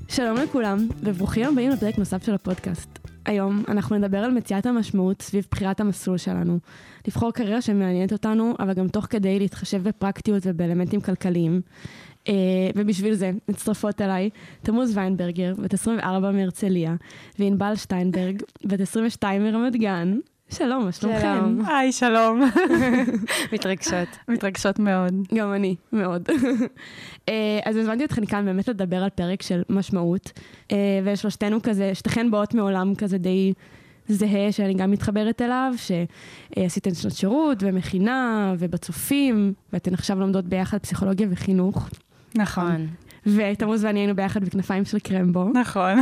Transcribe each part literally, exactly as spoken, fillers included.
שלום לכולם, וברוכים הבאים לפרק נוסף של הפודקאסט. היום אנחנו נדבר על מציאת המשמעות סביב בחירת המסלול שלנו. לבחור קריירה שמעניינת אותנו, אבל גם תוך כדי להתחשב בפרקטיות ובאלמנטים כלכליים. ובשביל זה מצטרפות אליי תמוז ויינברגר, בת עשרים וארבע מהרצליה, וענבל שטיינברג, בת עשרים ושתיים מרמת גן. שלום, מה שלומכם? היי, שלום. מתרגשות. מתרגשות מאוד. גם אני, מאוד. אז הזמנתי אתכן כאן באמת לדבר על פרק של משמעות, ושלושתנו כזה, שתכן באות מעולם כזה די זהה, שאני גם מתחברת אליו, שעשיתן שנות שירות ומכינה ובצופים, ואתן עכשיו לומדות ביחד פסיכולוגיה וחינוך. נכון. ותמוז ואני היינו ביחד בכנפיים של קרמבו. נכון.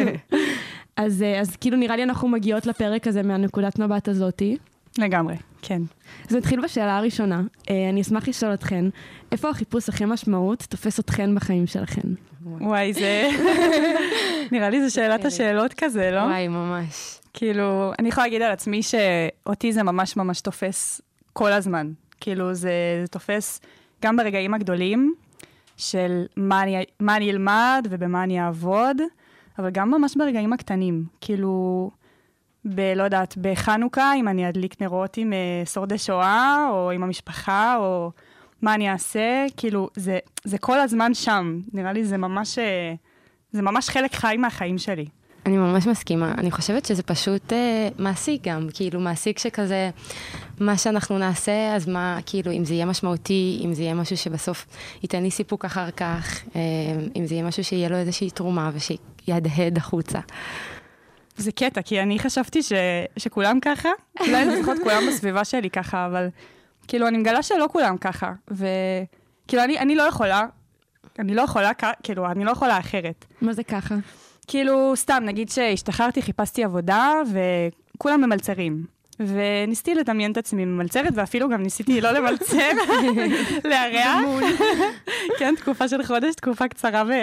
אז, אז כאילו נראה לי אנחנו מגיעות לפרק הזה מהנקודת מבט הזאתי. לגמרי, כן. אז נתחיל בשאלה הראשונה. אני אשמח לשאול אתכן, איפה החיפוש הכי משמעות תופס אתכן בחיים שלכן? וואי, זה... נראה לי זו שאלת השאלות כזה, לא? וואי, ממש. כאילו, אני יכולה להגיד על עצמי שאותי זה ממש ממש תופס כל הזמן. כאילו, זה, זה תופס גם ברגעים הגדולים של מה אני, מה אני אלמד ובמה אני אעבוד, אבל גם ממש ברגעים הקטנים. כאילו, ב, לא יודעת, בחנוכה, אם אני אדליק נרות עם uh, שורדי שואה, או עם המשפחה, או מה אני אעשה, כאילו, זה, זה כל הזמן שם. נראה לי זה ממש, זה ממש חלק חי מהחיים שלי. אני ממש מסכימה. אני חושבת שזה פשוט אה, מעסיק גם, כאילו מעסיק שכזה, מה שאנחנו נעשה, אז מה, כאילו, אם זה יהיה משמעותי, אם זה יהיה משהו שבסוף ייתן לי סיפוק אחר כך, אה, אם זה יהיה משהו שיהיה לו איזושהי תרומה ושידהד החוצה. זה קטע, כי אני חשבתי ש, שכולם ככה, אולי לפחות כולם בסביבה שלי ככה, אבל כאילו אני מגלה שלא כולם ככה, וכאילו אני, אני לא יכולה, אני לא יכולה, כאילו אני לא יכולה אחרת. מה זה ככה? כאילו, סתם, נגיד שהשתחררתי, חיפשתי עבודה, וכולם ממלצרים. וניסיתי לדמיין את עצמי ממלצרת, ואפילו גם ניסיתי לא למלצר, להריח. כן, תקופה של חודש, תקופה קצרה, ו...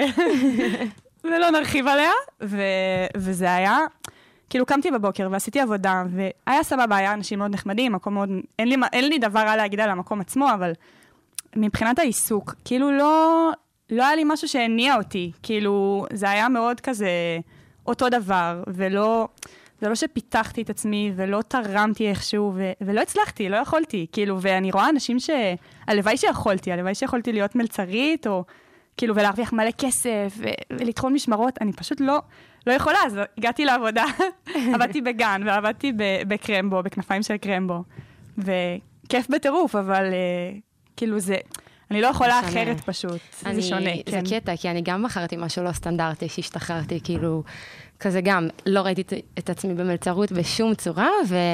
ולא נרחיב עליה. ו... וזה היה, כאילו, קמתי בבוקר ועשיתי עבודה, והיה סבבה, היה אנשים מאוד נחמדים, מקום מאוד... אין לי, אין לי דבר רע להגיד על המקום עצמו, אבל מבחינת העיסוק, כאילו לא... לא היה לי משהו שהניע אותי, כאילו, זה היה מאוד כזה אותו דבר, ולא, זה לא שפיתחתי את עצמי, ולא תרמתי איכשהו, ו, ולא הצלחתי, לא יכולתי, כאילו, ואני רואה אנשים שהלוואי שיכולתי, הלוואי שיכולתי להיות מלצרית, או כאילו, ולהרוויח מלא כסף, ו, ולתחון משמרות, אני פשוט לא, לא יכולה, אז הגעתי לעבודה, עבדתי בגן, ועבדתי בקרמבו, בכנפיים של קרמבו, וכיף בטירוף, אבל כאילו זה... אני לא יכולה אחרת פשוט, זה שונה. זה קטע, כי אני גם בחרתי משהו לא סטנדרטי, שהשתחררתי, כאילו, כזה גם, לא ראיתי את עצמי במלצרות בשום צורה,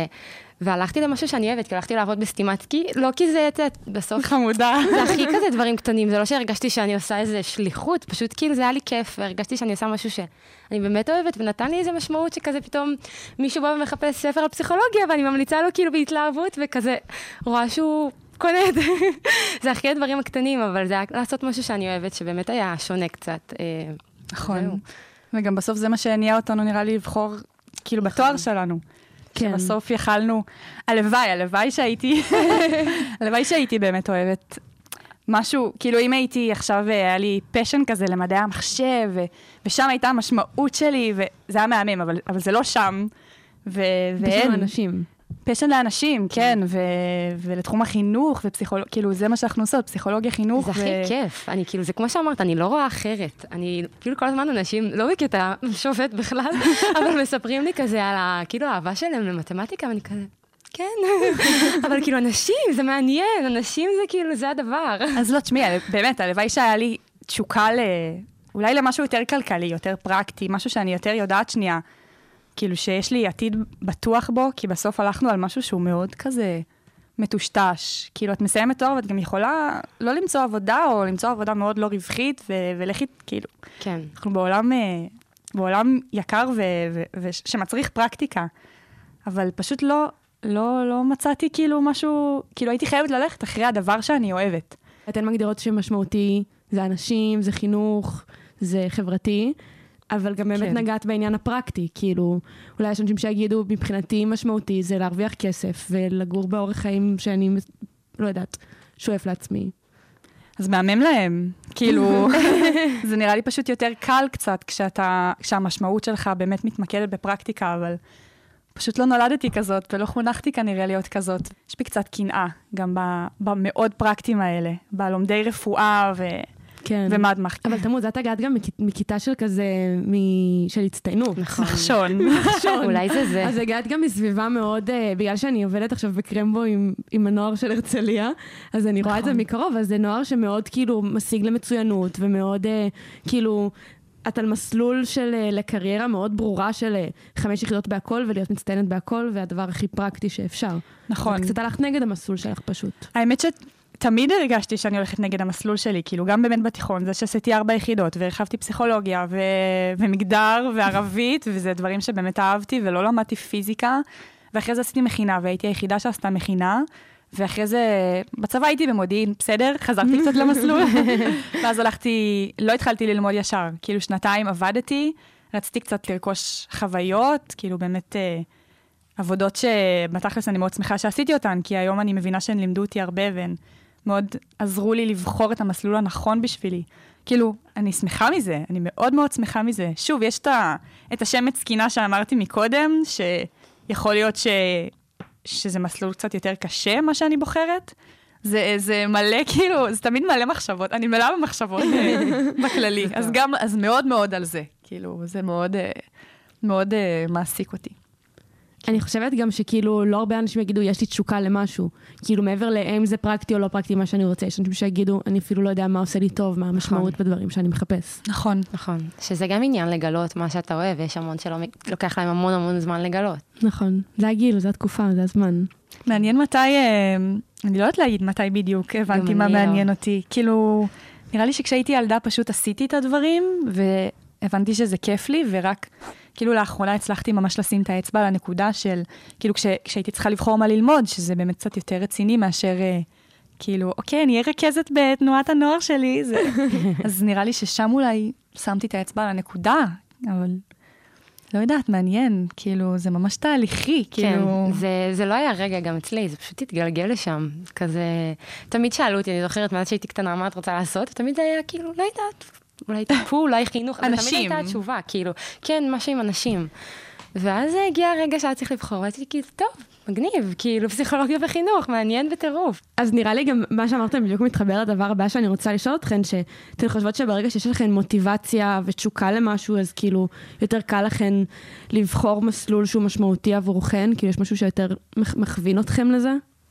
והלכתי למשהו שאני אוהבת, כי הלכתי לעבוד בסטימצקי, לא כי זה, בסוף, חמודה. זה הכי כזה דברים קטנים, זה לא שהרגשתי שאני עושה איזה שליחות, פשוט כאילו זה היה לי כיף, והרגשתי שאני עושה משהו שאני באמת אוהבת, ונתן לי איזה משמעות שכזה פתאום מישהו בא ומחפש ספר על פסיכולוגיה, ואני ממליצה לו כאילו בהתלהבות, וכזה רואה שהוא קונה את זה. זה הכי הדברים הקטנים, אבל זה היה לעשות משהו שאני אוהבת, שבאמת היה שונה קצת. נכון. וגם בסוף זה מה שהניע אותנו, נראה לי, לבחור, כאילו, בתואר שלנו. כן. שבסוף יכלנו, הלוואי, הלוואי שהייתי, הלוואי שהייתי באמת אוהבת משהו, כאילו, אם הייתי עכשיו, היה לי פשן כזה למדעי המחשב, ושם הייתה המשמעות שלי, וזה היה מהמם, אבל, אבל זה לא שם. פשן לאנשים. פשן לאנשים, כן, ו- ולתחום החינוך, ופסיכולוגיה, כאילו, זה מה שאנחנו עושות, פסיכולוגיה, חינוך. זה הכי כיף. אני, כאילו, זה כמו שאמרת, אני לא רואה אחרת. אני, כאילו, כל הזמן אנשים, לא בקטע שופט בכלל, אבל מספרים לי כזה על, ה, כאילו, האהבה שלהם למתמטיקה, ואני כזה, כן. אבל כאילו, אנשים, זה מעניין, אנשים זה כאילו, זה הדבר. אז לא, תשמעי, באמת, הלוואי שהיה לי תשוקה ל... אולי למשהו יותר כלכלי, יותר פרקטי, משהו שאני יותר יודעת שנייה, כאילו שיש לי עתיד בטוח בו, כי בסוף הלכנו על משהו שהוא מאוד כזה מטושטש. כאילו, את מסיימת תואר, ואת גם יכולה לא למצוא עבודה, או למצוא עבודה מאוד לא רווחית, ו- ולכית, כאילו. כן. אנחנו בעולם, בעולם יקר, ושמצריך פרקטיקה. אבל פשוט לא, לא, לא מצאתי כאילו משהו, כאילו הייתי חייבת ללכת אחרי הדבר שאני אוהבת. אתן מגדירות שמשמעותי, זה אנשים, זה חינוך, זה חברתי, אבל גם באמת כן. נגעת בעניין הפרקטי, כאילו, אולי יש אנשים שיגידו, מבחינתי משמעותי, זה להרוויח כסף, ולגור באורח חיים שאני, לא יודעת, שואף לעצמי. אז מהמם להם, כאילו, זה נראה לי פשוט יותר קל קצת, כשאתה, כשהמשמעות שלך באמת מתמקדת בפרקטיקה, אבל פשוט לא נולדתי כזאת, ולא חונכתי כנראה להיות כזאת. יש בי קצת קנאה, גם במאוד פרקטים האלה, בלומדי רפואה ו... כן. ומדמח. אבל תמוד, את הגעת גם מכיתה של כזה, של הצטיינות. נכון. נחשון. אולי זה זה. אז הגעת גם מסביבה מאוד, בגלל שאני עובדת עכשיו בקרמבו עם, עם הנוער של הרצליה, אז אני רואה את זה מקרוב, אז זה נוער שמאוד כאילו משיג למצוינות, ומאוד כאילו, את על מסלול של לקריירה מאוד ברורה של חמש יחידות בהכל, ולהיות מצטיינת בהכל, והדבר הכי פרקטי שאפשר. נכון. קצת הלכת נגד המסלול שלך פשוט. האמת ש... תמיד הרגשתי שאני הולכת נגד המסלול שלי, כאילו גם באמת בתיכון, זה שעשיתי ארבע יחידות, והרחבתי פסיכולוגיה, ו... ומגדר, וערבית, וזה דברים שבאמת אהבתי, ולא למדתי פיזיקה, ואחרי זה עשיתי מכינה, והייתי היחידה שעשתה מכינה, ואחרי זה, בצבא הייתי במודיעין, בסדר, חזרתי קצת למסלול, ואז הלכתי, לא התחלתי ללמוד ישר, כאילו שנתיים עבדתי, רציתי קצת לרכוש חוויות, כאילו באמת עבודות שבתכלס אני מאוד שמחה שעשיתי אותן, כי היום אני מבינה שהן לימדו אותי הרבה, והן מאוד עזרו לי לבחור את המסלול הנכון בשבילי. כאילו, אני שמחה מזה, אני מאוד מאוד שמחה מזה. שוב, יש את, ה, את השם סקינה שאמרתי מקודם, שיכול להיות ש, שזה מסלול קצת יותר קשה, מה שאני בוחרת. זה, זה מלא, כאילו, זה תמיד מלא מחשבות. אני מלאה במחשבות בכללי. אז גם, אז מאוד מאוד על זה. כאילו, זה מאוד, מאוד מעסיק אותי. אני חושבת גם שכאילו לא הרבה אנשים יגידו, יש לי תשוקה למשהו. כאילו מעבר לאם זה פרקטי או לא פרקטי מה שאני רוצה. יש אנשים שיגידו, אני אפילו לא יודע מה עושה לי טוב, מה המשמעות בדברים שאני מחפש. נכון. נכון. שזה גם עניין לגלות מה שאתה אוהב, יש המון שלא לוקח להם המון המון זמן לגלות. נכון. זה הגיל, זה התקופה, זה הזמן. מעניין מתי, אני לא יודעת להגיד מתי בדיוק הבנתי מה מעניין אותי. כאילו, נראה לי שכשהייתי ילדה פשוט עשיתי את הדברים, והבנתי שזה כיף לי, ורק כאילו לאחרונה הצלחתי ממש לשים את האצבע לנקודה של, כאילו כש, כשהייתי צריכה לבחור מה ללמוד, שזה באמת קצת יותר רציני מאשר, כאילו, אוקיי, אני אהיה רכזת בתנועת הנוער שלי, זה... אז נראה לי ששם אולי שמתי את האצבע לנקודה, אבל לא יודעת, מעניין, כאילו, זה ממש תהליכי, כאילו... כן, זה, זה לא היה רגע גם אצלי, זה פשוט התגלגל לשם, כזה... תמיד שאלו אותי, אני זוכרת, מאז שהייתי קטנה, מה את רוצה לעשות? ותמיד זה היה כאילו, לא יודעת, אולי טיפול, אולי חינוך, אבל תמיד הייתה התשובה, כאילו, כן, משהו עם אנשים. ואז הגיע הרגע שהיה צריך לבחור, ואתי כאילו, טוב, מגניב, כאילו, פסיכולוגיה וחינוך, מעניין בטירוף. אז נראה לי גם מה שאמרתם בדיוק מתחבר לדבר הבא שאני רוצה לשאול אתכן, שאתן חושבות שברגע שיש לכן מוטיבציה ותשוקה למשהו, אז כאילו, יותר קל לכן לבחור מסלול שהוא משמעותי עבורכן, כאילו, יש משהו שיותר מכווין אתכם לזה?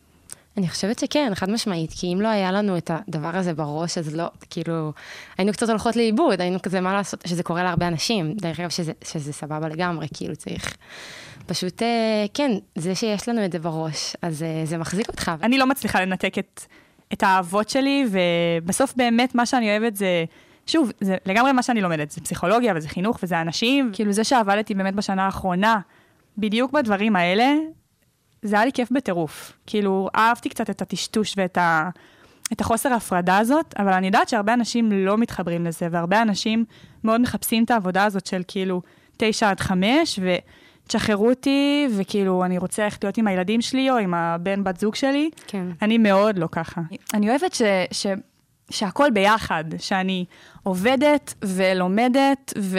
אני חושבת שכן, חד משמעית, כי אם לא היה לנו את הדבר הזה בראש, אז לא, כאילו, היינו קצת הולכות לאיבוד, היינו כזה מה לעשות, שזה קורה להרבה אנשים, דרך אגב שזה, שזה סבבה לגמרי, כאילו צריך, פשוט, כן, זה שיש לנו את זה בראש, אז זה מחזיק אותך. אני לא מצליחה לנתק את, את האהבות שלי, ובסוף באמת מה שאני אוהבת זה, שוב, זה לגמרי מה שאני לומדת, זה פסיכולוגיה וזה חינוך וזה אנשים, כאילו זה שעבדתי באמת בשנה האחרונה, בדיוק בדברים האלה, זה היה לי כיף בטירוף. כאילו, אהבתי קצת את הטשטוש ואת ה... את החוסר ההפרדה הזאת, אבל אני יודעת שהרבה אנשים לא מתחברים לזה, והרבה אנשים מאוד מחפשים את העבודה הזאת של כאילו תשע עד חמש, ותשחררו אותי, וכאילו אני רוצה ללכת להיות עם הילדים שלי, או עם הבן בת זוג שלי. כן. אני מאוד לא ככה. אני אוהבת ש... ש... שהכל ביחד, שאני עובדת ולומדת ו...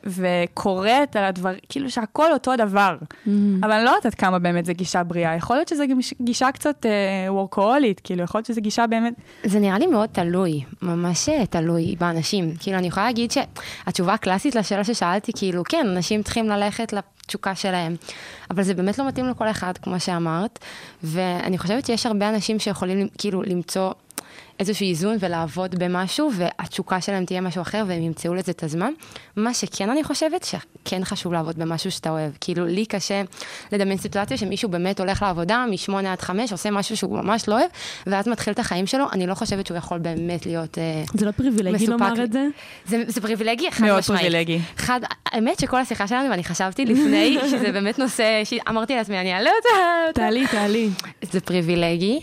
וקוראת על הדבר, כאילו שהכל אותו דבר. Mm-hmm. אבל אני לא יודעת כמה באמת זה גישה בריאה. יכול להיות שזה גישה קצת אה, וורקהולית, כאילו יכול להיות שזה גישה באמת... זה נראה לי מאוד תלוי, ממש תלוי באנשים. כאילו אני יכולה להגיד שהתשובה הקלאסית לשאלה ששאלתי, כאילו כן, אנשים צריכים ללכת לתשוקה שלהם, אבל זה באמת לא מתאים לכל אחד, כמו שאמרת, ואני חושבת שיש הרבה אנשים שיכולים כאילו למצוא איזשהו איזון ולעבוד במשהו, והתשוקה שלהם תהיה משהו אחר, והם ימצאו לזה את הזמן. מה שכן אני חושבת, שכן חשוב לעבוד במשהו שאתה אוהב. כאילו, לי קשה לדמיין סיטואציה שמישהו באמת הולך לעבודה, משמונה עד חמש, עושה משהו שהוא ממש לא אוהב, ואז מתחיל את החיים שלו, אני לא חושבת שהוא יכול באמת להיות מסופק. זה לא פריבילגי לומר את זה? זה, זה פריבילגי, חד מאוד משמעית. פריבילגי. חד, האמת שכל השיחה שלנו, ואני חשבתי לפני, שזה באמת נושא, שאמרתי לעצמי, אני אעלה אותה. תעלי, תעלי. זה פריבילגי.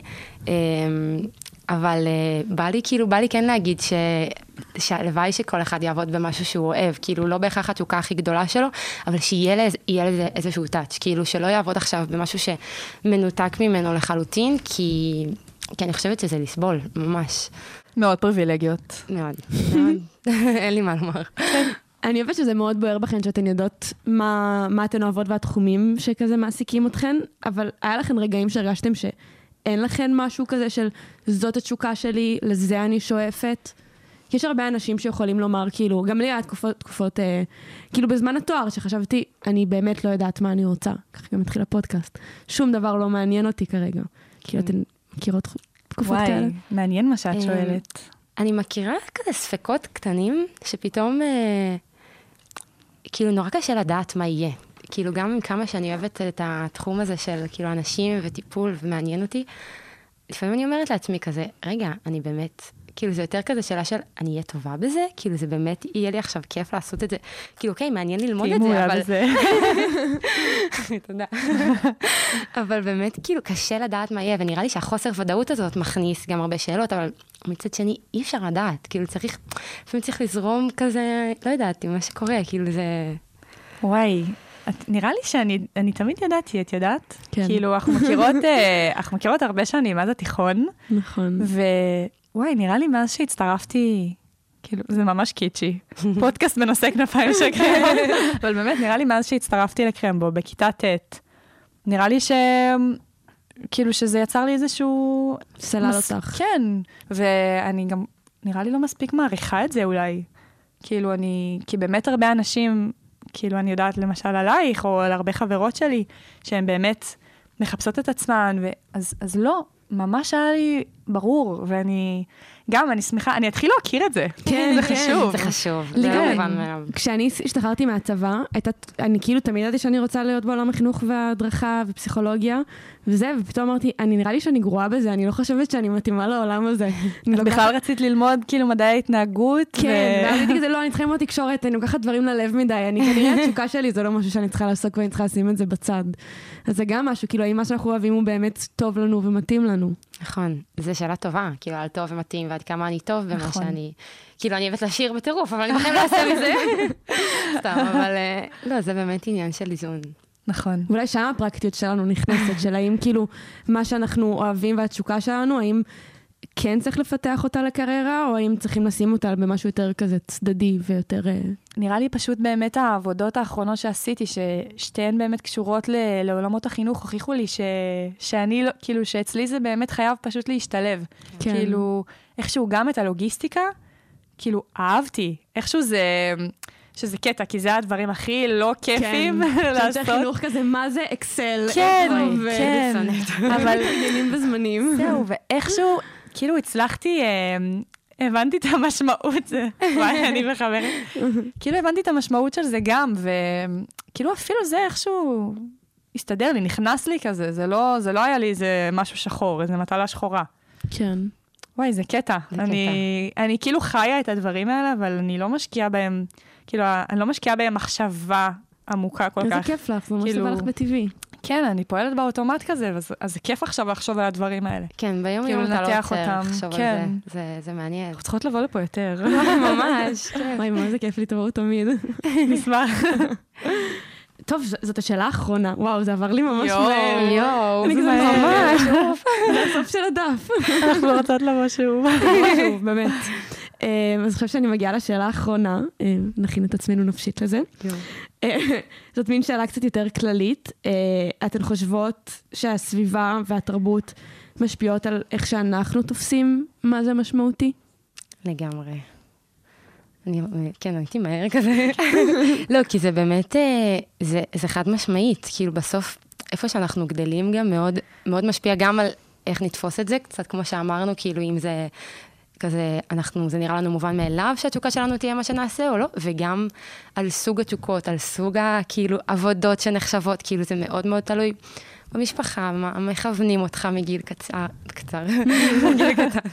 אבל uh, בא לי, כאילו, בא לי כן להגיד ש... שהלוואי שכל אחד יעבוד במשהו שהוא אוהב, כאילו לא בהכרח התשוקה הכי גדולה שלו, אבל שיהיה לזה, לזה איזשהו טאץ', כאילו שלא יעבוד עכשיו במשהו שמנותק ממנו לחלוטין, כי כי אני חושבת שזה לסבול, ממש. מאוד פריבילגיות. מאוד, מאוד. אין לי מה לומר. אני אוהבת שזה מאוד בוער בכן, שאתן יודעות מה, מה אתן אוהבות והתחומים שכזה מעסיקים אתכן, אבל היה לכן רגעים שהרגשתם שאין לכן משהו כזה של זאת התשוקה שלי, לזה אני שואפת. יש הרבה אנשים שיכולים לומר, כאילו, גם לי היה תקופות, תקופות אה, כאילו בזמן התואר, שחשבתי, אני באמת לא יודעת מה אני רוצה. ככה גם התחיל הפודקאסט. שום דבר לא מעניין אותי כרגע. כאילו, אתן מכירות תקופות כאלה? וואי, מעניין מה שאת שואלת. אני מכירה כזה ספקות קטנים, שפתאום, אה, כאילו, נורא קשה לדעת מה יהיה. כאילו, גם עם כמה שאני אוהבת את התחום הזה של, כאילו, אנשים וטיפול, ומעניין אותי, לפעמים אני אומרת לעצמי כזה, רגע, אני באמת, כאילו, זה יותר כזה שאלה של, אני אהיה טובה בזה? כאילו, זה באמת יהיה לי עכשיו כיף לעשות את זה. כאילו, אוקיי, מעניין ללמוד את זה, אבל... בזה. תודה. אבל באמת, כאילו, קשה לדעת מה יהיה, ונראה לי שהחוסר ודאות הזאת מכניס גם הרבה שאלות, אבל מצד שני, אי אפשר לדעת. כאילו, צריך, לפעמים צריך לזרום כזה, לא יודעת, עם מה שקורה, כאילו, זה... וואי, את, נראה לי שאני אני תמיד ידעתי, את יודעת? כן. כאילו, אנחנו מכירות, אה, אנחנו מכירות הרבה שנים, מאז התיכון. נכון. ווואי, נראה לי מאז שהצטרפתי, כאילו, זה ממש קיצ'י. פודקאסט בנושא כנפיים של קרמבו. אבל באמת, נראה לי מאז שהצטרפתי לקרמבו, בכיתה ט', נראה לי ש... כאילו, שזה יצר לי איזשהו... סלל אותך. כן, ואני גם, נראה לי לא מספיק מעריכה את זה אולי. כאילו, אני... כי באמת הרבה אנשים... כאילו, אני יודעת למשל עלייך, או על הרבה חברות שלי, שהן באמת מחפשות את עצמן, ואז, אז לא, ממש היה לי ברור, ואני, גם, אני שמחה, אני אתחיל להכיר את זה. כן, זה כן. חשוב. זה חשוב. לי זה גם, מובן מאליו. כשאני השתחררתי מהצבא, הייתה, אני כאילו תמיד ידעתי שאני רוצה להיות בעולם החינוך וההדרכה ופסיכולוגיה, וזה, ופתאום אמרתי, אני נראה לי שאני גרועה בזה, אני לא חושבת שאני מתאימה לעולם הזה. את בכלל רצית ללמוד כאילו מדעי התנהגות? כן, ואז הייתי כזה, לא, אני צריכה ללמוד תקשורת, אני לוקחת דברים ללב מדי, אני כנראה התשוקה שלי, זה לא משהו שאני צריכה לעסוק ואני צריכה לשים את זה בצד. אז זה גם משהו, כאילו, האם מה שאנחנו אוהבים הוא באמת טוב לנו ומתאים לנו. נכון, זו שאלה טובה, כאילו, על טוב ומתאים, ועד כמה אני טוב במה שאני... כאילו, אני אוהבת לשיר בטירוף, אבל אני בחיים לא אעשה מזה. סתם, אבל לא, זה באמת עניין של איזון. נכון. ואולי שם הפרקטיות שלנו נכנסת, של האם כאילו מה שאנחנו אוהבים והתשוקה שלנו, האם כן צריך לפתח אותה לקריירה, או האם צריכים לשים אותה במשהו יותר כזה צדדי ויותר... נראה לי פשוט באמת העבודות האחרונות שעשיתי, ששתיהן באמת קשורות ל- לעולמות החינוך, הוכיחו לי ש- שאני, לא, כאילו, שאצלי זה באמת חייב פשוט להשתלב. כן. כאילו, איכשהו גם את הלוגיסטיקה, כאילו, אהבתי. איכשהו זה... שזה קטע, כי זה הדברים הכי לא כיפים לעשות. שזה חינוך כזה, מה זה אקסל? כן, כן. אבל עניינים בזמנים. זהו, ואיכשהו, כאילו הצלחתי, הבנתי את המשמעות, וואי, אני מחברת. כאילו הבנתי את המשמעות של זה גם, וכאילו אפילו זה איכשהו הסתדר לי, נכנס לי כזה, זה לא, זה לא היה לי איזה משהו שחור, איזה מטלה שחורה. כן. וואי, זה קטע. אני, אני כאילו חיה את הדברים האלה, אבל אני לא משקיעה בהם, כאילו, אני לא משקיעה בהם מחשבה עמוקה כל כך. איזה כיף לך, זה ממש סבבה לך בטבעי. כן, אני פועלת באוטומט כזה, אז זה כיף עכשיו לחשוב על הדברים האלה. כן, ביום יום אתה לא רוצה לחשוב על זה, זה מעניין. אנחנו צריכות לבוא לפה יותר. ממש, כן. וואי, מה זה כיף לי, תבואו תמיד. נשמח. טוב, זאת השאלה האחרונה. וואו, זה עבר לי ממש מהר. יואו, אני כזה ממש, זה הסוף של הדף. אנחנו רוצות לבוא שוב. שוב, באמת. אז אני חושבת שאני מגיעה לשאלה האחרונה, נכין את עצמנו נפשית לזה. זאת מין שאלה קצת יותר כללית. אתן חושבות שהסביבה והתרבות משפיעות על איך שאנחנו תופסים מה זה משמעותי? לגמרי. אני, כן, הייתי מהר כזה. לא, כי זה באמת, זה, זה חד משמעית. כאילו בסוף, איפה שאנחנו גדלים גם מאוד, מאוד משפיע גם על איך נתפוס את זה, קצת כמו שאמרנו, כאילו אם זה כזה, אנחנו, זה נראה לנו מובן מאליו שהתשוקה שלנו תהיה מה שנעשה או לא, וגם על סוג התשוקות, על סוג כאילו עבודות שנחשבות, כאילו זה מאוד מאוד תלוי במשפחה, מה, מכוונים אותך מגיל קצר, קצר, מגיל קטן.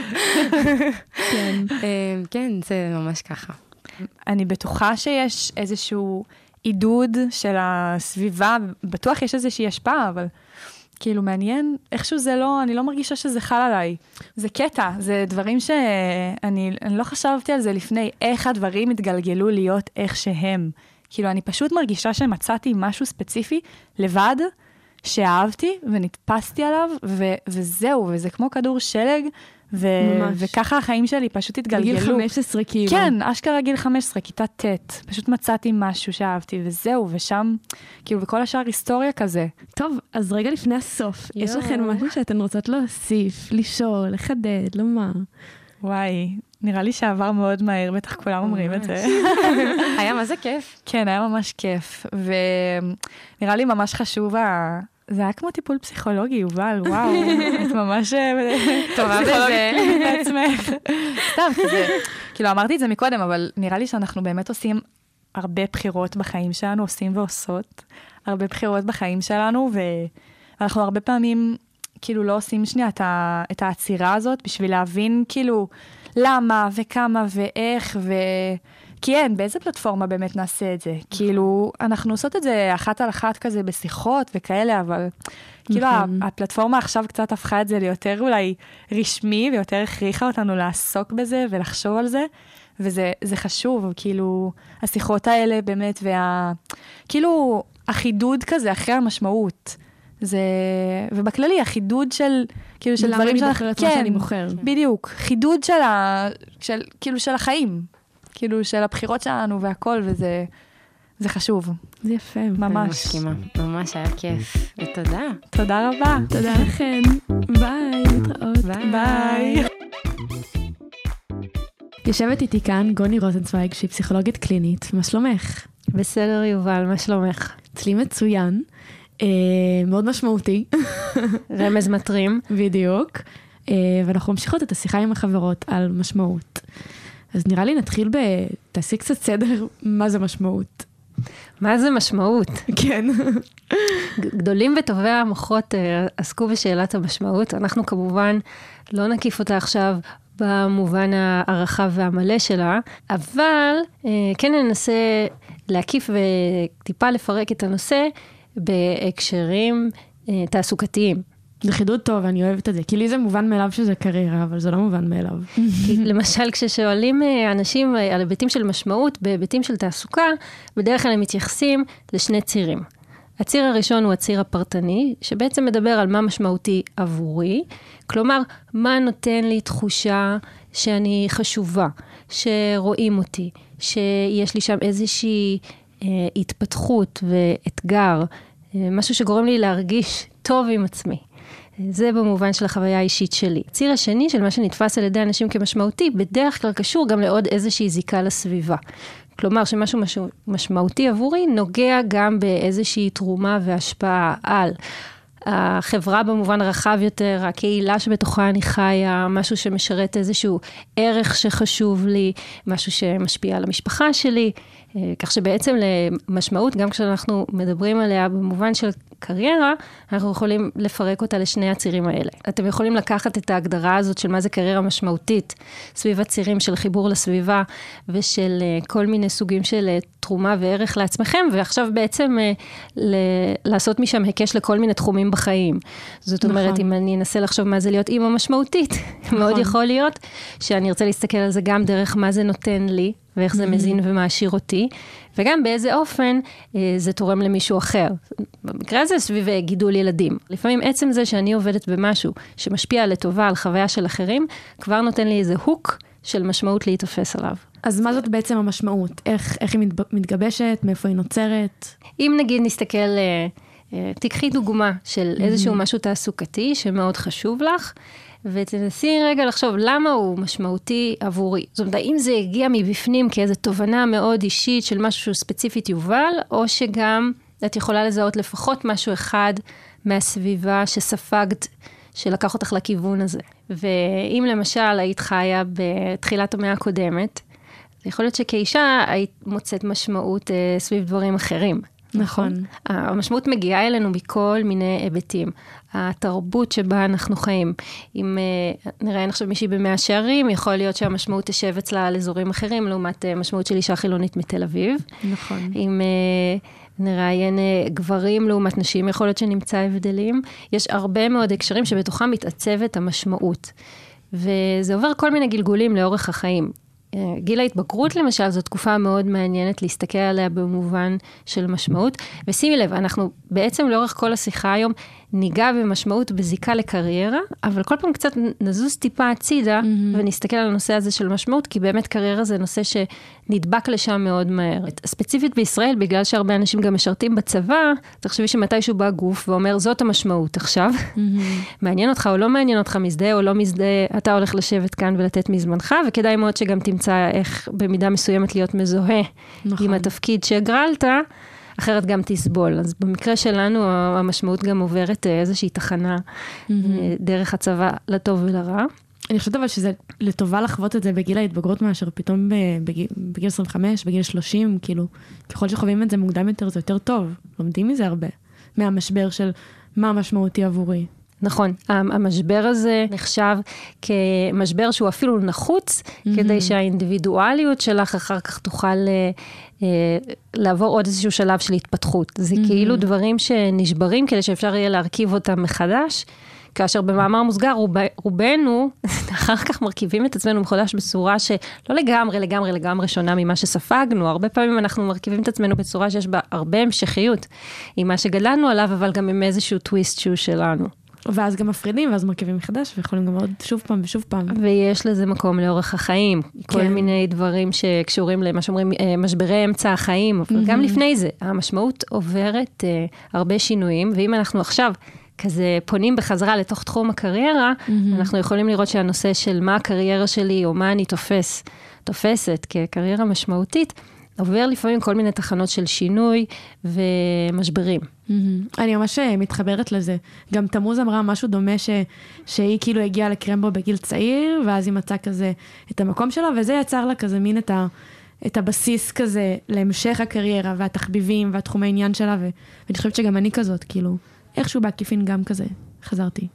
כן. כן, זה ממש ככה. אני בטוחה שיש איזשהו עידוד של הסביבה, בטוח יש איזושהי השפעה, אבל כאילו מעניין, איכשהו זה לא, אני לא מרגישה שזה חל עליי. זה קטע, זה דברים שאני אני לא חשבתי על זה לפני, איך הדברים התגלגלו להיות איך שהם. כאילו אני פשוט מרגישה שמצאתי משהו ספציפי לבד, שאהבתי ונתפסתי עליו, ו- וזהו, וזה כמו כדור שלג, ו- וככה החיים שלי פשוט התגלגלו. גיל חמש עשרה כאילו. כן, אשכרה גיל חמש עשרה, כיתה ט', פשוט מצאתי משהו שאהבתי, וזהו, ושם, כאילו, וכל השאר היסטוריה כזה. טוב, אז רגע לפני הסוף, יש לכם משהו שאתן רוצות להוסיף, לשאול, לחדד, לומר? וואי, נראה לי שעבר מאוד מהר, בטח כולם אומרים את זה. היה מה זה כיף. כן, היה ממש כיף, ונראה לי ממש חשוב, זה היה כמו טיפול פסיכולוגי, יובל, וואו, את ממש טובה בזה. בעצמך. סתם, כזה, כאילו אמרתי את זה מקודם, אבל נראה לי שאנחנו באמת עושים הרבה בחירות בחיים שלנו, עושים ועושות הרבה בחירות בחיים שלנו, ואנחנו הרבה פעמים כאילו לא עושים שנייה את העצירה הזאת, בשביל להבין כאילו למה וכמה ואיך ו... כי אין, באיזה פלטפורמה באמת נעשה את זה? כאילו, אנחנו עושות את זה אחת על אחת כזה בשיחות וכאלה, אבל כאילו הפלטפורמה עכשיו קצת הפכה את זה ליותר אולי רשמי, ויותר הכריחה אותנו לעסוק בזה ולחשוב על זה, וזה זה חשוב, כאילו, השיחות האלה באמת, וה... כאילו, החידוד כזה אחרי המשמעות. זה... ובכללי, החידוד של... כאילו, של דברים למה אני בוחרת מה שאני בוחר. בדיוק. חידוד של ה... של, כאילו, של החיים. כאילו, של הבחירות שלנו והכל, וזה זה חשוב. זה יפה. ממש. אני מסכימה. ממש היה כיף. ותודה. תודה רבה. תודה לכן. ביי. להתראות. ביי. ביי. יושבת איתי כאן גוני רוזנצוויג, שהיא פסיכולוגית קלינית. מה שלומך? בסדר, יובל, מה שלומך? אצלי מצוין. אה, מאוד משמעותי. רמז מטרים. בדיוק. אה, ואנחנו ממשיכות את השיחה עם החברות על משמעות. אז נראה לי נתחיל ב... תעשי קצת סדר, מה זה משמעות? מה זה משמעות? כן. גדולים וטובי המוחות עסקו בשאלת המשמעות. אנחנו כמובן לא נקיף אותה עכשיו במובן הרחב והמלא שלה, אבל כן ננסה להקיף וטיפה לפרק את הנושא בהקשרים תעסוקתיים. זה חידוד טוב, אני אוהבת את זה. כי לי זה מובן מאליו שזה קריירה, אבל זה לא מובן מאליו. למשל, כששואלים אנשים על היבטים של משמעות, בהיבטים של תעסוקה, בדרך כלל הם מתייחסים לשני צירים. הציר הראשון הוא הציר הפרטני, שבעצם מדבר על מה משמעותי עבורי, כלומר, מה נותן לי תחושה שאני חשובה, שרואים אותי, שיש לי שם איזושהי אה, התפתחות ואתגר, אה, משהו שגורם לי להרגיש טוב עם עצמי. זה במובן של החוויה האישית שלי. הציר השני של מה שנתפס על ידי אנשים כמשמעותי, בדרך כלל קשור גם לעוד איזושהי זיקה לסביבה. כלומר, שמשהו משהו משמעותי עבורי נוגע גם באיזושהי תרומה והשפעה על החברה במובן רחב יותר, הקהילה שבתוכה אני חיה, משהו שמשרת איזשהו ערך שחשוב לי, משהו שמשפיע על המשפחה שלי, כך שבעצם למשמעות, גם כשאנחנו מדברים עליה במובן של קריירה, אנחנו יכולים לפרק אותה לשני הצירים האלה. אתם יכולים לקחת את ההגדרה הזאת של מה זה קריירה משמעותית, סביב הצירים של חיבור לסביבה, ושל כל מיני סוגים של תרומה וערך לעצמכם, ועכשיו בעצם ל- לעשות משם הקש לכל מיני תחומים בחיים. זאת נכון. אומרת, אם אני אנסה לחשוב מה זה להיות אימא משמעותית, נכון. מאוד יכול להיות שאני ארצה להסתכל על זה גם דרך מה זה נותן לי, ואיך זה מזין ומעשיר אותי, וגם באיזה אופן אה, זה תורם למישהו אחר. במקרה הזה סביב גידול ילדים. לפעמים עצם זה שאני עובדת במשהו שמשפיע לטובה על חוויה של אחרים, כבר נותן לי איזה הוק של משמעות להתאפס עליו. אז מה זאת בעצם המשמעות? איך, איך היא מתגבשת? מאיפה היא נוצרת? אם נגיד נסתכל, אה, אה, תקחי דוגמה של איזשהו משהו תעסוקתי שמאוד חשוב לך, ותנסי רגע לחשוב למה הוא משמעותי עבורי. זאת אומרת, האם זה הגיע מבפנים כאיזו תובנה מאוד אישית של משהו שהוא ספציפית יובל, או שגם את יכולה לזהות לפחות משהו אחד מהסביבה שספגת, שלקח אותך לכיוון הזה. ואם למשל היית חיה בתחילת המאה הקודמת, זה יכול להיות שכאישה היית מוצאת משמעות אה, סביב דברים אחרים. נכון. המשמעות מגיעה אלינו מכל מיני היבטים. התרבות שבה אנחנו חיים. אם נראה עכשיו מישהי במאה שערים, יכול להיות שהמשמעות תשב אצלה על אזורים אחרים, לעומת משמעות של אישה חילונית מתל אביב. נכון. אם נראיין גברים לעומת נשים, יכול להיות שנמצא הבדלים. יש הרבה מאוד הקשרים שבתוכם מתעצבת המשמעות. וזה עובר כל מיני גלגולים לאורך החיים. גיל ההתבגרות למשל, זו תקופה מאוד מעניינת להסתכל עליה במובן של משמעות, ושימי לב, אנחנו בעצם לאורך כל השיחה היום ניגע במשמעות בזיקה לקריירה, אבל כל פעם קצת נזוז טיפה הצידה, mm-hmm. ונסתכל על הנושא הזה של משמעות, כי באמת קריירה זה נושא שנדבק לשם מאוד מהר. ספציפית בישראל, בגלל שהרבה אנשים גם משרתים בצבא, תחשבי שמתישהו בא גוף ואומר, זאת המשמעות עכשיו. Mm-hmm. מעניין אותך או לא מעניין אותך, מזדהה או לא מזדהה, אתה הולך לשבת כאן ולתת מזמנך, וכדאי מאוד שגם תמצא איך במידה מסוימת להיות מזוהה נכון. עם התפקיד שהגרלת, אחרת גם תסבול. אז במקרה שלנו, המשמעות גם עוברת איזושהי תחנה mm-hmm. דרך הצבא לטוב ולרע. אני חושבת אבל שזה לטובה לחוות את זה בגיל ההתבגרות מאשר פתאום בגיל, בגיל עשרים וחמש, בגיל שלושים, כאילו, ככל שחווים את זה מוקדם יותר, זה יותר טוב. לומדים מזה הרבה. מהמשבר של מה המשמעותי עבורי. נכון, המשבר הזה נחשב כמשבר שהוא אפילו נחוץ, mm-hmm. כדי שהאינדיבידואליות שלך אחר כך תוכל אה, לעבור עוד איזשהו שלב של התפתחות. זה mm-hmm. כאילו דברים שנשברים כדי שאפשר יהיה להרכיב אותם מחדש, כאשר במאמר מוסגר רוב, רובנו אחר כך מרכיבים את עצמנו מחדש בצורה שלא לגמרי, לגמרי, לגמרי שונה ממה שספגנו. הרבה פעמים אנחנו מרכיבים את עצמנו בצורה שיש בה הרבה המשכיות עם מה שגדלנו עליו, אבל גם עם איזשהו טוויסט שהוא שלנו. ואז גם מפרידים, ואז מרכיבים מחדש, ויכולים גם עוד שוב פעם ושוב פעם. ויש לזה מקום לאורך החיים. כן. כל מיני דברים שקשורים למה שאומרים, משברי אמצע החיים, אבל mm-hmm. גם לפני זה. המשמעות עוברת uh, הרבה שינויים, ואם אנחנו עכשיו כזה פונים בחזרה לתוך תחום הקריירה, mm-hmm. אנחנו יכולים לראות שהנושא של מה הקריירה שלי, או מה אני תופס, תופסת כקריירה משמעותית, עובר לפעמים כל מיני תחנות של שינוי ומשברים. אני ממש מתחברת לזה. גם תמוז אמרה משהו דומה ש... שהיא כאילו הגיעה לקרמבו בגיל צעיר, ואז היא מצאה כזה את המקום שלה, וזה יצר לה כזה מין את, ה... את הבסיס כזה להמשך הקריירה, והתחביבים והתחומי העניין שלה, ו... ואני חושבת שגם אני כזאת, כאילו, איכשהו בעקיפין גם כזה, חזרתי.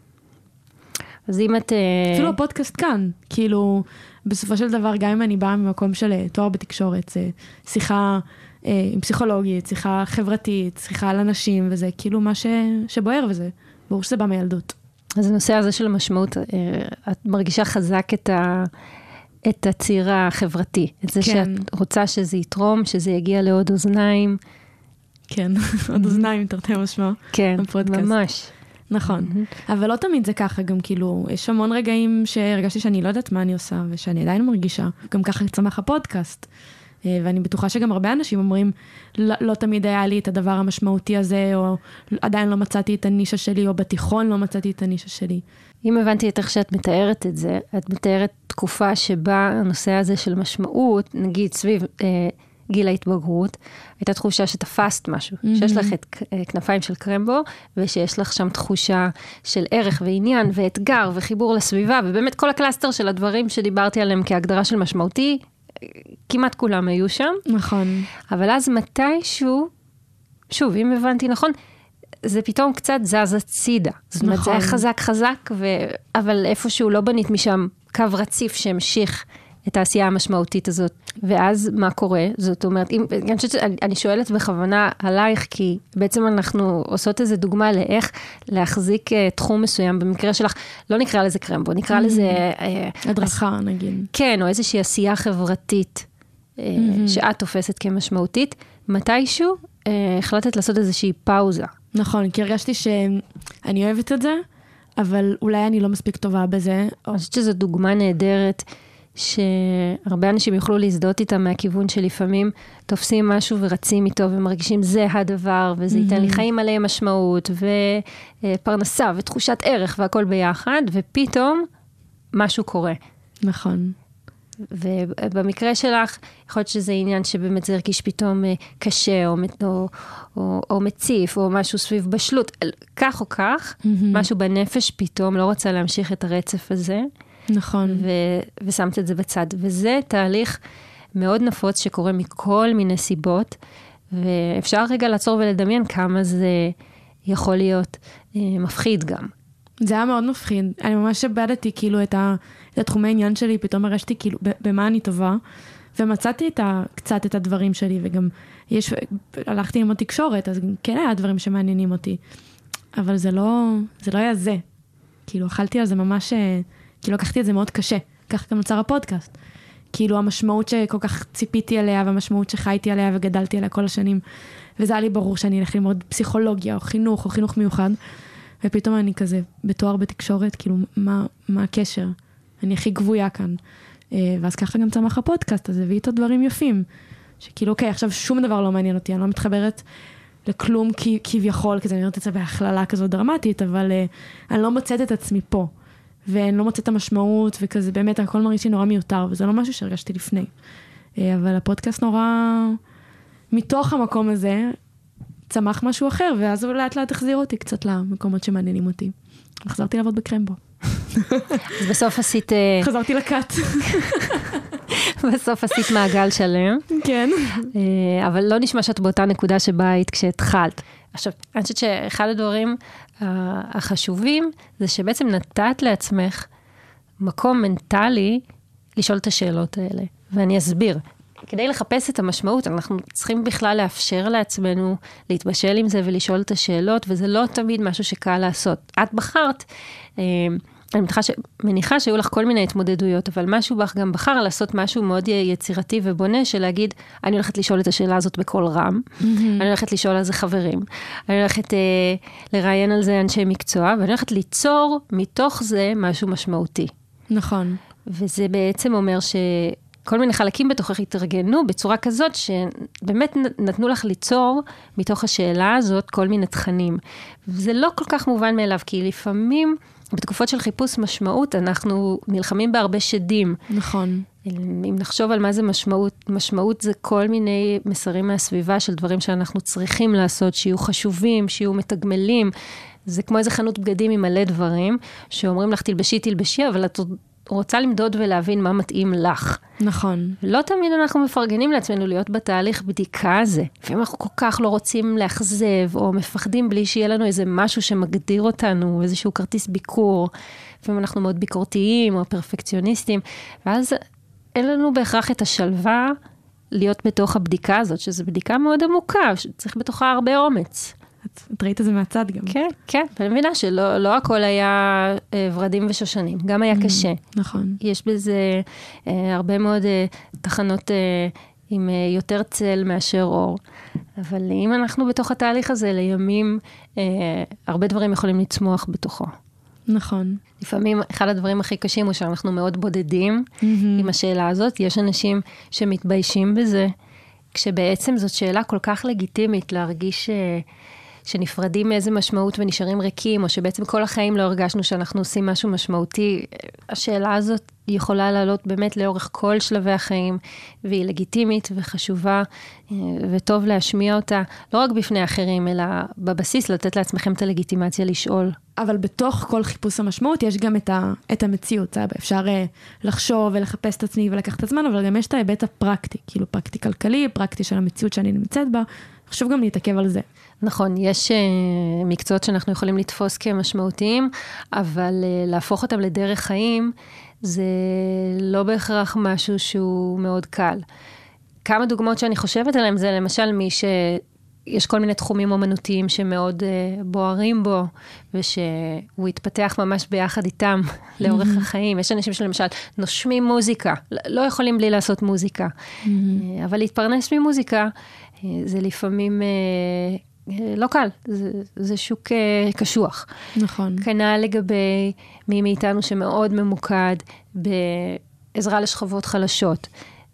אז אם את... אפילו הפודקאסט כאן, כאילו, בסופו של דבר, גם אם אני באה ממקום של תואר בתקשורת, זה שיחה אה, עם פסיכולוגית, שיחה חברתית, שיחה על אנשים, וזה כאילו מה ש... שבוער, וזה ברור שזה בא מילדות. אז הנושא הזה של המשמעות, אה, את מרגישה חזק את, ה... את הציר החברתי, את זה כן. שאת רוצה שזה יתרום, שזה יגיע לעוד אוזניים. כן, עוד אוזניים, תרתי משמע. כן, ממש. נכון, mm-hmm. אבל לא תמיד זה ככה, גם כאילו, יש המון רגעים שהרגשתי שאני לא יודעת מה אני עושה, ושאני עדיין מרגישה, גם ככה צמח הפודקאסט, ואני בטוחה שגם הרבה אנשים אומרים, לא, לא תמיד היה לי את הדבר המשמעותי הזה, או עדיין לא מצאתי את הנישה שלי, או בתיכון לא מצאתי את הנישה שלי. אם הבנתי את איך שאת מתארת את זה, את מתארת תקופה שבה הנושא הזה של משמעות, נגיד סביב... אה, גיל ההתבגרות, הייתה תחושה שתפסת משהו, mm-hmm. שיש לך את כנפיים של קרמבו, ושיש לך שם תחושה של ערך ועניין ואתגר וחיבור לסביבה, ובאמת כל הקלאסטר של הדברים שדיברתי עליהם כהגדרה של משמעותי, כמעט כולם היו שם. נכון. אבל אז מתישהו, שוב, אם הבנתי נכון, זה פתאום קצת זז הצידה. זאת אומרת, נכון. זה היה חזק חזק, ו... אבל איפשהו לא בנית משם קו רציף שהמשיך את העשייה המשמעותית הזאת. ואז מה קורה? זאת אומרת, אם, אני, חושבת, אני, אני שואלת בכוונה עלייך, כי בעצם אנחנו עושות איזו דוגמה לאיך להחזיק uh, תחום מסוים, במקרה שלך, לא נקרא לזה קרמבו, נקרא mm-hmm. לזה... Uh, הדרכה, עש... נגיד. כן, או איזושהי עשייה חברתית, uh, mm-hmm. שאת תופסת כמשמעותית, מתישהו uh, החלטת לעשות איזושהי פאוזה. נכון, כי הרגשתי שאני אוהבת את זה, אבל אולי אני לא מספיק טובה בזה. אני חושבת שזו דוגמה נהדרת, שהרבה אנשים יוכלו להזדות איתם מהכיוון שלפעמים תופסים משהו ורצים איתו ומרגישים זה הדבר, וזה mm-hmm. ייתן לי חיים מלא משמעות ופרנסה ותחושת ערך והכל ביחד, ופתאום משהו קורה. נכון. ובמקרה שלך, יכול להיות שזה עניין שבאמת זה הרגיש פתאום קשה או, או, או, או מציף או משהו סביב בשלות, כך או כך, mm-hmm. משהו בנפש פתאום לא רוצה להמשיך את הרצף הזה. נכון. ו- ושמת את זה בצד. וזה תהליך מאוד נפוץ שקורה מכל מיני סיבות, ואפשר רגע לעצור ולדמיין כמה זה יכול להיות אה, מפחיד גם. זה היה מאוד מפחיד. אני ממש הבדתי כאילו את, ה- את התחומי העניין שלי, פתאום הרגשתי כאילו ב- במה אני טובה, ומצאתי את ה- קצת את הדברים שלי, וגם יש, הלכתי ללמוד תקשורת, אז כן היה דברים שמעניינים אותי. אבל זה לא, זה לא היה זה. כאילו, אכלתי על זה ממש... כאילו לקחתי את זה מאוד קשה, כך גם נוצר הפודקאסט. כאילו המשמעות שכל כך ציפיתי עליה, והמשמעות שחייתי עליה וגדלתי עליה כל השנים. וזה היה לי ברור שאני אלך ללמוד פסיכולוגיה, או חינוך, או חינוך מיוחד. ופתאום אני כזה בתואר בתקשורת, כאילו, מה, מה הקשר? אני הכי גבויה כאן. ואז ככה גם צמח הפודקאסט הזה, והיא איתו דברים יפים. שכאילו, אוקיי, עכשיו שום דבר לא מעניין אותי, אני לא מתחברת לכלום כביכול, כי אני אומרת את זה בהכללה כזו דרמטית, אבל אני לא מוצאת את עצמי פה. ואני לא מוצאת את המשמעות, וכזה באמת הכל מרגיש לי נורא מיותר, וזה לא משהו שהרגשתי לפני. אבל הפודקאסט נורא, מתוך המקום הזה, צמח משהו אחר, ואז הוא לאט לאט החזיר אותי קצת למקומות שמעניינים אותי. חזרתי לעבוד בקרמבו. אז בסוף עשית... חזרתי לקאט. בסוף עשית מעגל שלם. כן. אבל לא נשמע שאת באותה נקודה שבה היית כשהתחלת. עכשיו, אני חושבת שאחד הדברים החשובים, זה שבעצם נתת לעצמך מקום מנטלי לשאול את השאלות האלה. ואני אסביר. כדי לחפש את המשמעות, אנחנו צריכים בכלל לאפשר לעצמנו להתבשל עם זה ולשאול את השאלות, וזה לא תמיד משהו שקל לעשות. את בחרת, אני מניחה שהיו לך כל מיני התמודדויות, אבל משהו בך גם בחר לעשות משהו מאוד יצירתי ובונה, של להגיד, אני הולכת לשאול את השאלה הזאת בכל רם, אני הולכת לשאול על זה חברים, אני הולכת לראיין על זה אנשי מקצוע, ואני הולכת ליצור מתוך זה משהו משמעותי. נכון. וזה בעצם אומר ש... כל מיני חלקים בתוכך התארגנו בצורה כזאת שבאמת נתנו לך ליצור מתוך השאלה הזאת כל מיני תכנים. וזה לא כל כך מובן מאליו, כי לפעמים בתקופות של חיפוש משמעות אנחנו נלחמים בהרבה שדים. נכון. אם נחשוב על מה זה משמעות, משמעות זה כל מיני מסרים מהסביבה של דברים שאנחנו צריכים לעשות, שיהיו חשובים, שיהיו מתגמלים. זה כמו איזה חנות בגדים עם מלא דברים, שאומרים לך תלבשי, תלבשי, אבל את רוצה למדוד ולהבין מה מתאים לך. נכון. לא תמיד אנחנו מפרגנים לעצמנו להיות בתהליך בדיקה הזה. לפעמים אנחנו כל כך לא רוצים להחזב, או מפחדים בלי שיהיה לנו איזה משהו שמגדיר אותנו, איזשהו כרטיס ביקור. לפעמים אנחנו מאוד ביקורתיים או פרפקציוניסטים, ואז אין לנו בהכרח את השלווה להיות בתוך הבדיקה הזאת, שזו בדיקה מאוד עמוקה, שצריך בתוכה הרבה אומץ. את, את ראית את זה מהצד גם. כן, כן. ואני מבינה שלא לא הכל היה אה, ורדים ושושנים. גם היה קשה. נכון. יש בזה אה, הרבה מאוד אה, תחנות אה, עם אה, יותר צל מאשר אור. אבל אם אנחנו בתוך התהליך הזה, לימים, אה, הרבה דברים יכולים לצמוח בתוכו. נכון. לפעמים אחד הדברים הכי קשים הוא שאנחנו מאוד בודדים mm-hmm. עם השאלה הזאת. יש אנשים שמתביישים בזה, כשבעצם זאת שאלה כל כך לגיטימית להרגיש... אה, שנפרדים מאיזה משמעות ונשארים ריקים, או שבעצם כל החיים לא הרגשנו שאנחנו עושים משהו משמעותי. השאלה הזאת יכולה לעלות באמת לאורך כל שלבי החיים, והיא לגיטימית וחשובה, וטוב להשמיע אותה, לא רק בפני אחרים, אלא בבסיס לתת לעצמכם את הלגיטימציה לשאול. אבל בתוך כל חיפוש המשמעות יש גם את, ה, את המציאות, אפשר לחשוב ולחפש את עצמי ולקחת את הזמן, אבל גם יש את ההיבט הפרקטי, כאילו פרקטי כלכלי, פרקטי של המציאות שאני נמצאת בה, חשוב גם להתעכב על זה. נכון, יש uh, מקצועות שאנחנו יכולים לתפוס כמשמעותיים, אבל uh, להפוך אותם לדרך חיים, זה לא בהכרח משהו שהוא מאוד קל. כמה דוגמאות שאני חושבת עליהם, זה למשל מי שיש כל מיני תחומים אומנותיים שמאוד uh, בוערים בו, ושהוא יתפתח ממש ביחד איתם לאורך mm-hmm. החיים. יש אנשים שלמשל נושמים מוזיקה, לא יכולים בלי לעשות מוזיקה, mm-hmm. uh, אבל להתפרנס ממוזיקה, uh, זה לפעמים... Uh, לא קל, זה, זה שוק קשוח. נכון. כנ"ל לגבי מי מאיתנו שמאוד ממוקד בעזרה לשכבות חלשות,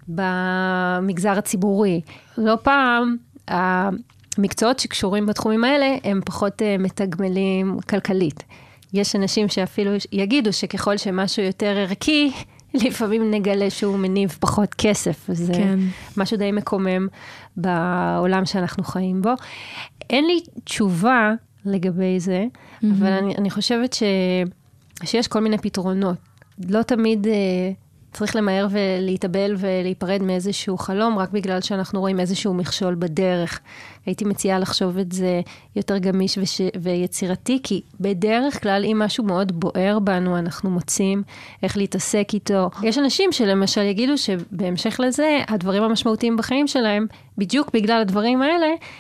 במגזר הציבורי. לא פעם, המקצועות שקשורים בתחומים האלה, הם פחות מתגמלים כלכלית. יש אנשים שאפילו יגידו שככל שמשהו יותר ערכי, לפעמים נגלה שהוא מניב פחות כסף. זה כן. משהו די מקומם בעולם שאנחנו חיים בו. אין לי תשובה לגבי זה, mm-hmm. אבל אני, אני חושבת ש, שיש כל מיני פתרונות. לא תמיד uh, צריך למהר ולהתאבל ולהיפרד מאיזשהו חלום, רק בגלל שאנחנו רואים איזשהו מכשול בדרך. הייתי מציעה לחשוב את זה יותר גמיש וש... ויצירתי, כי בדרך כלל, אם משהו מאוד בוער בנו, אנחנו מוצאים איך להתעסק איתו. יש אנשים שלמשל יגידו שבהמשך לזה, הדברים המשמעותיים בחיים שלהם, בדיוק בגלל הדברים האלה,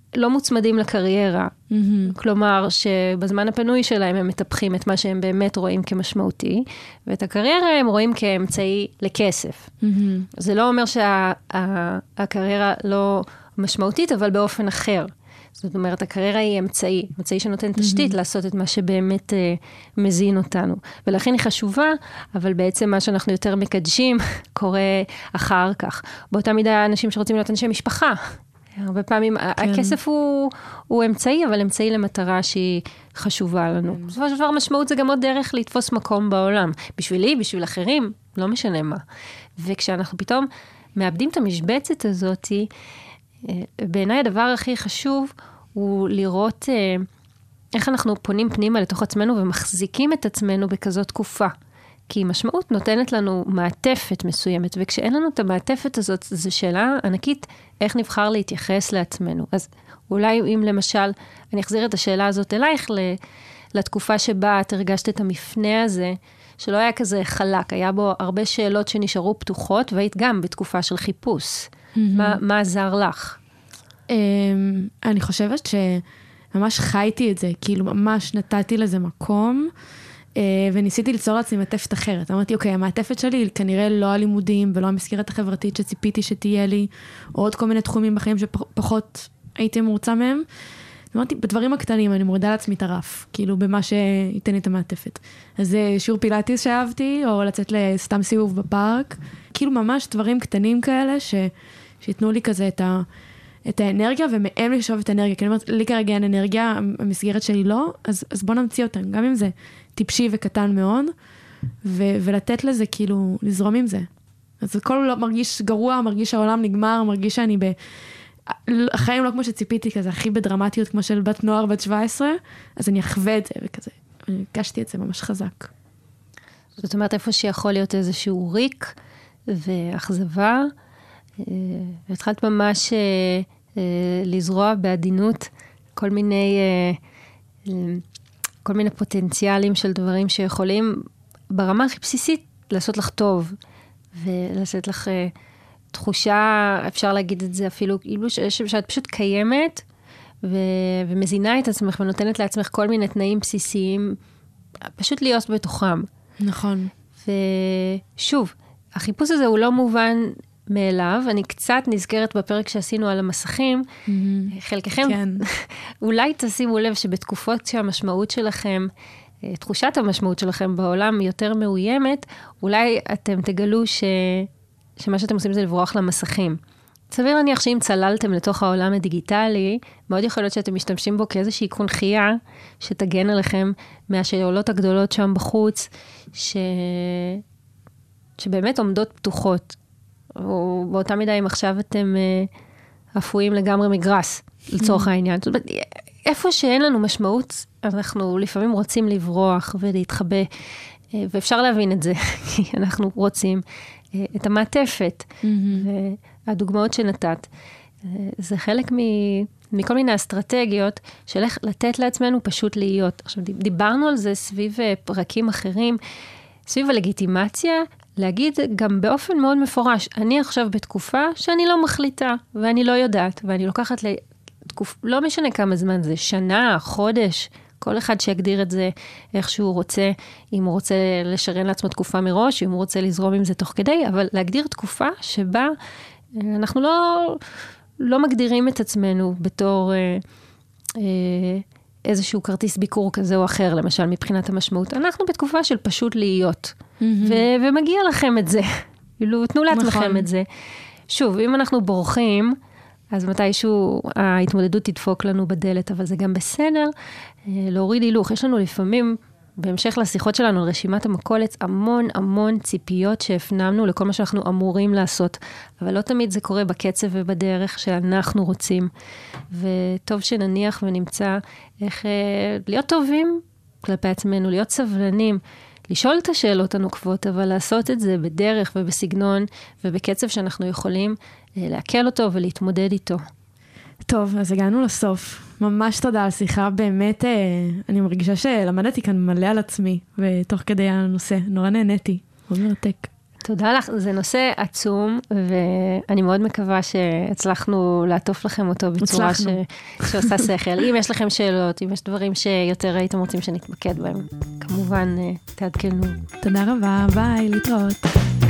לא מוצמדים לקריירה. Mm-hmm. כלומר, שבזמן הפנוי שלהם הם מטפחים את מה שהם באמת רואים כמשמעותי, ואת הקריירה הם רואים כאמצעי לכסף. Mm-hmm. זה לא אומר שהקריירה שה, לא משמעותית, אבל באופן אחר. זאת אומרת, הקריירה היא אמצעי, אמצעי שנותן תשתית mm-hmm. לעשות את מה שבאמת uh, מזין אותנו. ולכן היא חשובה, אבל בעצם מה שאנחנו יותר מקדשים קורה אחר כך. באותה מידה אנשים שרוצים להיות אנשי משפחה. הרבה פעמים כן. הכסף הוא, הוא אמצעי, אבל אמצעי למטרה שהיא חשובה לנו. כן. בסופו של דבר משמעות זה גם עוד דרך לתפוס מקום בעולם. בשבילי, בשביל אחרים, לא משנה מה. וכשאנחנו פתאום מאבדים את המשבצת הזאת, בעיניי הדבר הכי חשוב הוא לראות איך אנחנו פונים פנימה לתוך עצמנו ומחזיקים את עצמנו בכזאת תקופה. כי משמעות נותנת לנו מעטפת מסוימת, וכשאין לנו את המעטפת הזאת, זו שאלה ענקית, איך נבחר להתייחס לעצמנו. אז אולי אם למשל, אני אחזיר את השאלה הזאת אלייך, לתקופה שבה את הרגשת את המפנה הזה, שלא היה כזה חלק, היה בו הרבה שאלות שנשארו פתוחות, והיית גם בתקופה של חיפוש. מה, מה עזר לך? אני חושבת שממש חייתי את זה, כאילו ממש נתתי לזה מקום, וניסיתי ליצור לעצמי מעטפת אחרת. אמרתי, אוקיי, המעטפת שלי היא כנראה לא הלימודים, ולא המסגרת החברתית שציפיתי שתהיה לי, או עוד כל מיני תחומים בחיים שפחות הייתי מרוצה מהם. אמרתי, בדברים הקטנים אני מורידה לעצמי את הרף, כאילו במה שייתן לי את המעטפת. אז זה שיעור פילאטיס שאהבתי, או לצאת לסתם סיבוב בפארק, כאילו ממש דברים קטנים כאלה, ש... שיתנו לי כזה את, ה... את האנרגיה, ומהם לשאוב את האנרגיה. כי אני אומרת, לי כרגע אין אנרגיה, המסגרת שלי לא, אז, אז בוא נמציא אותן, גם אם זה טיפשי וקטן מאוד, ו... ולתת לזה כאילו, לזרום עם זה. אז הכל לא מרגיש גרוע, מרגיש שהעולם נגמר, מרגיש שאני ב... החיים לא כמו שציפיתי, כזה הכי בדרמטיות, כמו של בת נוער, בת שבע עשרה, אז אני אחווה את זה, וכזה, הרגשתי את זה ממש חזק. זאת אומרת, איפה שיכול להיות איזשהו ריק ואכזבה, והתחלת ממש לזרוע בעדינות כל מיני, כל מיני פוטנציאלים של דברים שיכולים ברמה הכי בסיסית לעשות לך טוב, ולעשות לך תחושה, אפשר להגיד את זה אפילו, שאת פשוט קיימת, ומזינה את עצמך, ונותנת לעצמך כל מיני תנאים בסיסיים, פשוט להיות בתוכם. נכון. ושוב, החיפוש הזה הוא לא מובן מאליו, אני קצת נזכרת בפרק שעשינו על המסכים, mm-hmm. חלקכם, כן. אולי תשימו לב שבתקופות שהמשמעות שלכם, תחושת המשמעות שלכם בעולם יותר מאוימת, אולי אתם תגלו ש... שמה שאתם עושים זה לברוח למסכים. סביר להניח שאם צללתם לתוך העולם הדיגיטלי, מאוד יכול להיות שאתם משתמשים בו כאיזושהי קונחייה, שתגן עליכם מהשאלות הגדולות שם בחוץ, ש... שבאמת עומדות פתוחות. או באותה מידה, אם עכשיו אתם uh, אפויים לגמרי מגרס, לצורך העניין. זאת אומרת, איפה שאין לנו משמעות, אנחנו לפעמים רוצים לברוח ולהתחבא, uh, ואפשר להבין את זה, כי אנחנו רוצים uh, את המעטפת. Mm-hmm. והדוגמאות שנתת, uh, זה חלק מ... מכל מיני אסטרטגיות של איך לתת לעצמנו פשוט להיות. עכשיו, דיברנו על זה סביב פרקים אחרים, סביב הלגיטימציה, להגיד גם באופן מאוד מפורש, אני עכשיו בתקופה שאני לא מחליטה, ואני לא יודעת, ואני לוקחת לתקופה, לא משנה כמה זמן זה, שנה, חודש, כל אחד שיגדיר את זה איך שהוא רוצה, אם הוא רוצה לשרן לעצמו תקופה מראש, אם הוא רוצה לזרום עם זה תוך כדי, אבל להגדיר תקופה שבה אנחנו לא, לא מגדירים את עצמנו בתור אה, אה, איזשהו כרטיס ביקור כזה או אחר, למשל, מבחינת המשמעות. אנחנו בתקופה של פשוט להיות. Mm-hmm. ו- ומגיע לכם את זה. כאילו, תנו לעצמכם נכון. את זה. שוב, אם אנחנו בורחים, אז מתישהו ההתמודדות תדפוק לנו בדלת, אבל זה גם בסדר, להוריד הילוך. יש לנו לפעמים, בהמשך לשיחות שלנו, רשימת המקולת, המון המון ציפיות שהפנמנו לכל מה שאנחנו אמורים לעשות. אבל לא תמיד זה קורה בקצב ובדרך שאנחנו רוצים. וטוב שנניח ונמצא איך להיות טובים כלפי עצמנו, להיות סבלנים, לשאול את השאלות הנוקבות, אבל לעשות את זה בדרך ובסגנון ובקצב שאנחנו יכולים להקל אותו ולהתמודד איתו. טוב, אז הגענו לסוף. ממש תודה על שיחה. באמת, אני מרגישה שלמדתי כאן מלא על עצמי, ותוך כדי הנושא. נורא נהניתי. מאוד מרתק. תודה לך, זה נושא עצום, ואני מאוד מקווה שהצלחנו לעטוף לכם אותו בצורה ש... שעושה שכל. אם יש לכם שאלות, אם יש דברים שיותר הייתם רוצים שנתמקד בהם, כמובן תעדכנו. תודה רבה, ביי, להתראות.